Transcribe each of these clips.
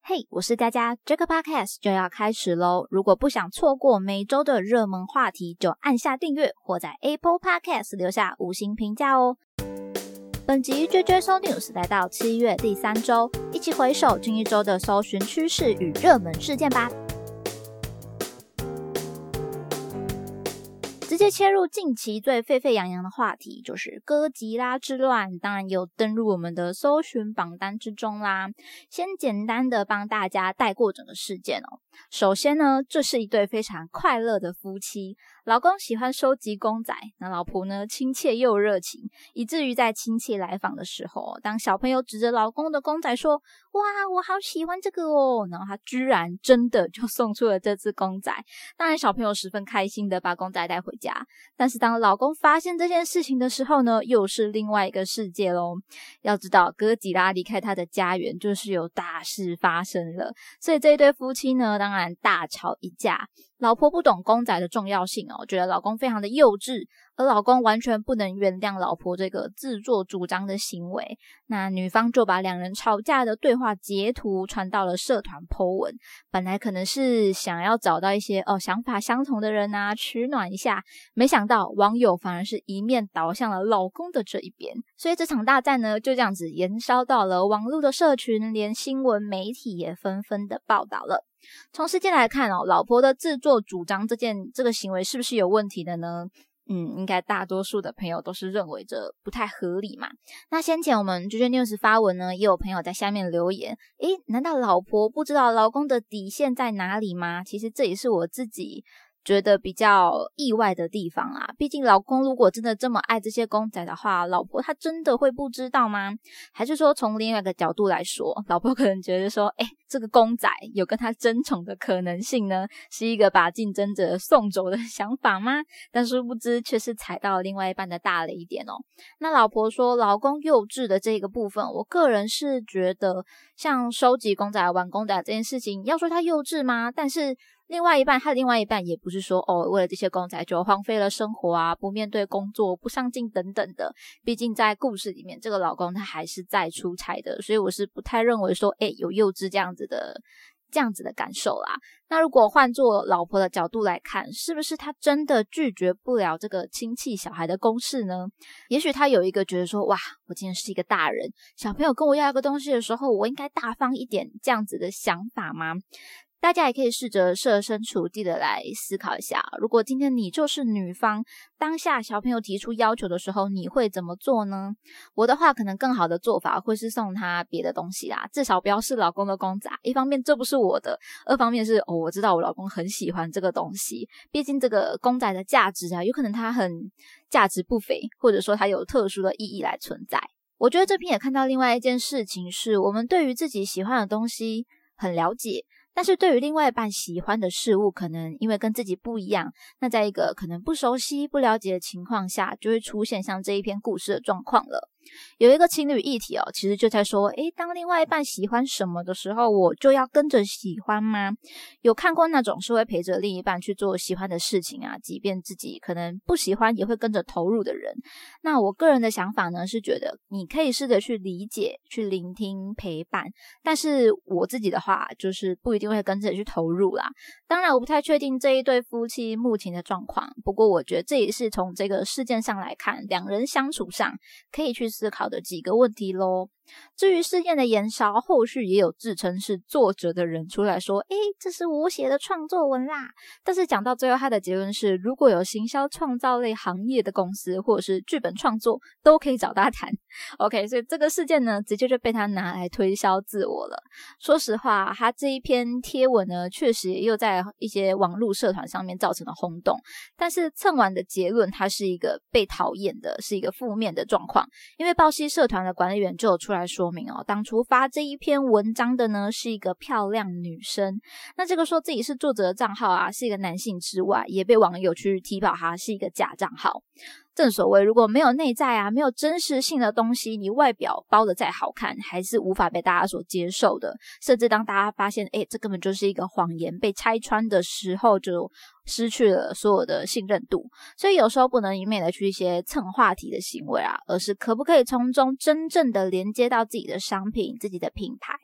嘿，我是佳佳，这个 podcast 就要开始咯。如果不想错过每周的热门话题，就按下订阅或在 Apple Podcast 留下5星评价哦。本集JJSO News 来到7月第3周，一起回首近一周的搜寻趋势与热门事件吧。直接切入近期最沸沸扬扬的话题，就是哥吉拉之乱，当然有登入我们的搜寻榜单之中啦。先简单的帮大家带过整个事件哦。首先呢，这是一对非常快乐的夫妻，老公喜欢收集公仔，那老婆呢亲切又热情，以至于在亲戚来访的时候，当小朋友指着老公的公仔说，哇，我好喜欢这个哦，然后他居然真的就送出了这只公仔。当然小朋友十分开心的把公仔带回家，但是当老公发现这件事情的时候呢，又是另外一个世界咯。要知道哥吉拉离开他的家园，就是有大事发生了，所以这一对夫妻呢，当然大吵一架。老婆不懂公仔的重要性哦，觉得老公非常的幼稚，而老公完全不能原谅老婆这个自作主张的行为。那女方就把两人吵架的对话截图传到了社团 po 文，本来可能是想要找到一些想法相同的人啊，取暖一下，没想到网友反而是一面倒向了老公的这一边，所以这场大战呢就这样子延烧到了网络的社群，连新闻媒体也纷纷的报道了。从事件来看老婆的自作主张这个行为是不是有问题的呢？应该大多数的朋友都是认为这不太合理嘛。那先前我们 JJ News 发文呢，也有朋友在下面留言，难道老婆不知道老公的底线在哪里吗？其实这也是我自己觉得比较意外的地方啦。毕竟老公如果真的这么爱这些公仔的话，老婆她真的会不知道吗？还是说从另外一个角度来说，老婆可能觉得说这个公仔有跟他争宠的可能性呢，是一个把竞争者送走的想法吗？但殊不知却是踩到另外一半的大雷点哦。那老婆说老公幼稚的这个部分，我个人是觉得像收集公仔玩公仔这件事情，要说他幼稚吗？但是他的另外一半也不是说为了这些公仔就荒废了生活啊，不面对工作，不上进等等的。毕竟在故事里面这个老公他还是在出差的，所以我是不太认为说有幼稚这样子的感受啦。那如果换作老婆的角度来看，是不是他真的拒绝不了这个亲戚小孩的攻势呢？也许他有一个觉得说，哇，我今天是一个大人，小朋友跟我要一个东西的时候，我应该大方一点，这样子的想法吗？大家也可以试着设身处地的来思考一下，如果今天你就是女方，当下小朋友提出要求的时候，你会怎么做呢？我的话可能更好的做法会是送他别的东西啦，至少不要是老公的公仔。一方面这不是我的，二方面是我知道我老公很喜欢这个东西，毕竟这个公仔的价值啊，有可能它很价值不菲，或者说它有特殊的意义来存在。我觉得这篇也看到另外一件事情，是我们对于自己喜欢的东西很了解，但是对于另外一半喜欢的事物，可能因为跟自己不一样，那在一个可能不熟悉不了解的情况下，就会出现像这一篇故事的状况了。有一个情侣议题其实就在说当另外一半喜欢什么的时候，我就要跟着喜欢吗？有看过那种是会陪着另一半去做喜欢的事情啊，即便自己可能不喜欢也会跟着投入的人。那我个人的想法呢，是觉得你可以试着去理解，去聆听，陪伴，但是我自己的话就是不一定会跟着去投入啦。当然我不太确定这一对夫妻目前的状况，不过我觉得这也是从这个事件上来看，两人相处上可以去思考的几个问题咯。至于事件的延烧，后续也有自称是作者的人出来说这是我写的创作文啦。但是讲到最后，他的结论是如果有行销创造类行业的公司或者是剧本创作都可以找他谈。 OK， 所以这个事件呢直接就被他拿来推销自我了。说实话，他这一篇贴文呢确实也又在一些网络社团上面造成了轰动，但是蹭完的结论它是一个被讨厌的，是一个负面的状况。因为报系社团的管理员就有出来说明当初发这一篇文章的呢是一个漂亮女生，那这个说自己是作者的账号啊是一个男性之外，也被网友去踢爆他是一个假账号。正所谓如果没有内在啊，没有真实性的东西，你外表包得再好看还是无法被大家所接受的。甚至当大家发现这根本就是一个谎言被拆穿的时候，就失去了所有的信任度。所以有时候不能一昧的去一些蹭话题的行为而是可不可以从中真正的连接到自己的商品，自己的品牌。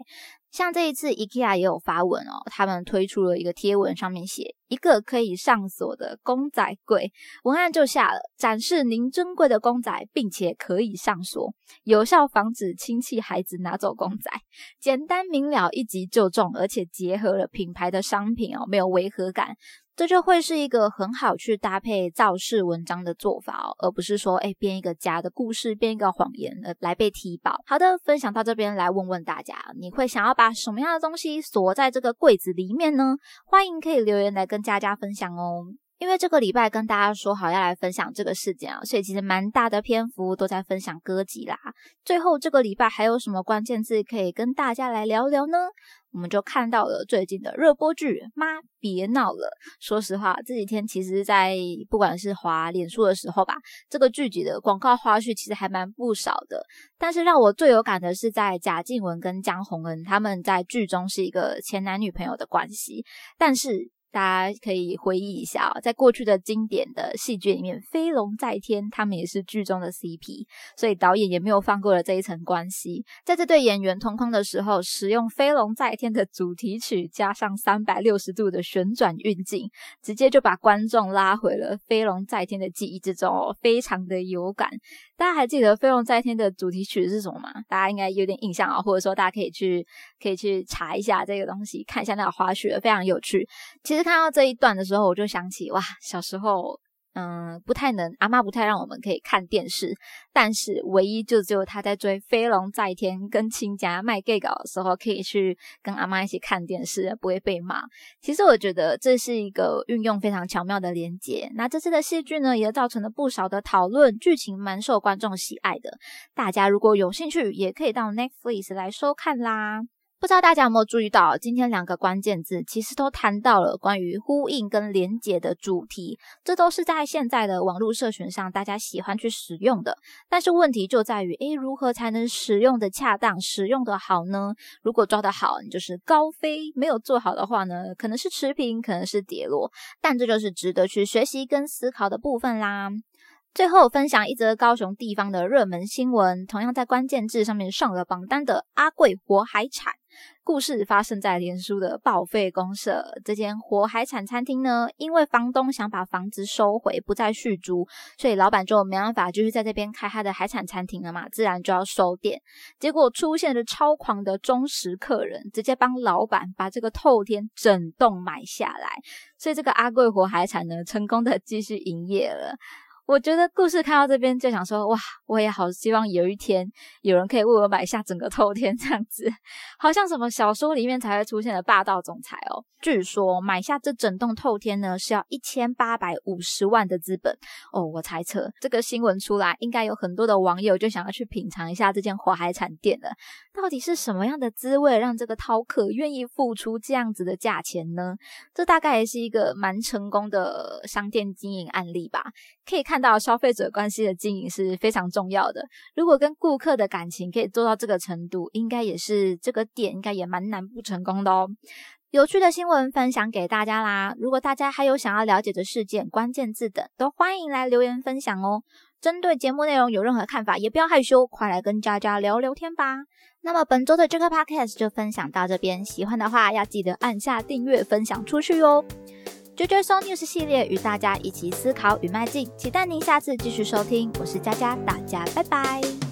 像这一次 IKEA 也有发文哦，他们推出了一个贴文，上面写一个可以上锁的公仔柜，文案就下了展示您珍贵的公仔，并且可以上锁，有效防止亲戚孩子拿走公仔，简单明了，一击就中，而且结合了品牌的商品哦，没有违和感。这就会是一个很好去搭配造势文章的做法哦，而不是说编一个假的故事，编一个谎言来被踢爆。好的，分享到这边，来问问大家，你会想要把什么样的东西锁在这个柜子里面呢？欢迎可以留言来跟大家分享哦。因为这个礼拜跟大家说好要来分享这个事件所以其实蛮大的篇幅都在分享歌集啦。最后这个礼拜还有什么关键字可以跟大家来聊聊呢？我们就看到了最近的热播剧妈别闹了。说实话，这几天其实在不管是滑脸书的时候吧，这个剧集的广告花絮其实还蛮不少的，但是让我最有感的是在贾静雯跟江宏恩他们在剧中是一个前男女朋友的关系，但是大家可以回忆一下在过去的经典的戏剧里面，飞龙在天他们也是剧中的 CP， 所以导演也没有放过了这一层关系。在这对演员同框的时候，使用飞龙在天的主题曲加上360度的旋转运镜，直接就把观众拉回了飞龙在天的记忆之中非常的有感。大家还记得飞龙在天的主题曲是什么吗？大家应该有点印象或者说大家可以去查一下这个东西，看一下那个花絮，非常有趣。其实看到这一段的时候，我就想起哇，小时候阿妈不太让我们可以看电视，但是唯一就只有他在追飞龙在天跟亲家卖 gay 稿的时候，可以去跟阿妈一起看电视，不会被骂。其实我觉得这是一个运用非常巧妙的连结。那这次的戏剧呢，也造成了不少的讨论，剧情蛮受观众喜爱的。大家如果有兴趣，也可以到 Netflix 来收看啦。不知道大家有没有注意到，今天2个关键字其实都谈到了关于呼应跟连结的主题，这都是在现在的网络社群上大家喜欢去使用的。但是问题就在于如何才能使用的恰当，使用的好呢？如果抓得好，你就是高飞，没有做好的话呢，可能是持平，可能是跌落，但这就是值得去学习跟思考的部分啦。最后分享一则高雄地方的热门新闻，同样在关键字上面上了榜单的阿贵活海产。故事发生在脸书的报废公社，这间活海产餐厅呢，因为房东想把房子收回，不再续租，所以老板就没办法继续在这边开他的海产餐厅了嘛，自然就要收店。结果出现了超狂的忠实客人，直接帮老板把这个透天整栋买下来，所以这个阿贵活海产呢，成功的继续营业了。我觉得故事看到这边就想说，哇，我也好希望有一天有人可以为我买下整个透天这样子，好像什么小说里面才会出现的霸道总裁哦。据说买下这整栋透天呢是要1850万的资本哦。我猜测这个新闻出来，应该有很多的网友就想要去品尝一下这间活海产店了。到底是什么样的滋味让这个饕客愿意付出这样子的价钱呢？这大概也是一个蛮成功的商店经营案例吧。可以看到消费者关系的经营是非常重要的，如果跟顾客的感情可以做到这个程度，应该也是这个点应该也蛮难不成功的哦。有趣的新闻分享给大家啦，如果大家还有想要了解的事件、关键字等，都欢迎来留言分享哦。针对节目内容有任何看法，也不要害羞，快来跟佳佳聊聊天吧。那么本周的这个 podcast 就分享到这边，喜欢的话要记得按下订阅，分享出去哦。JoJo News 系列与大家一起思考与迈进，期待您下次继续收听。我是佳佳，大家拜拜。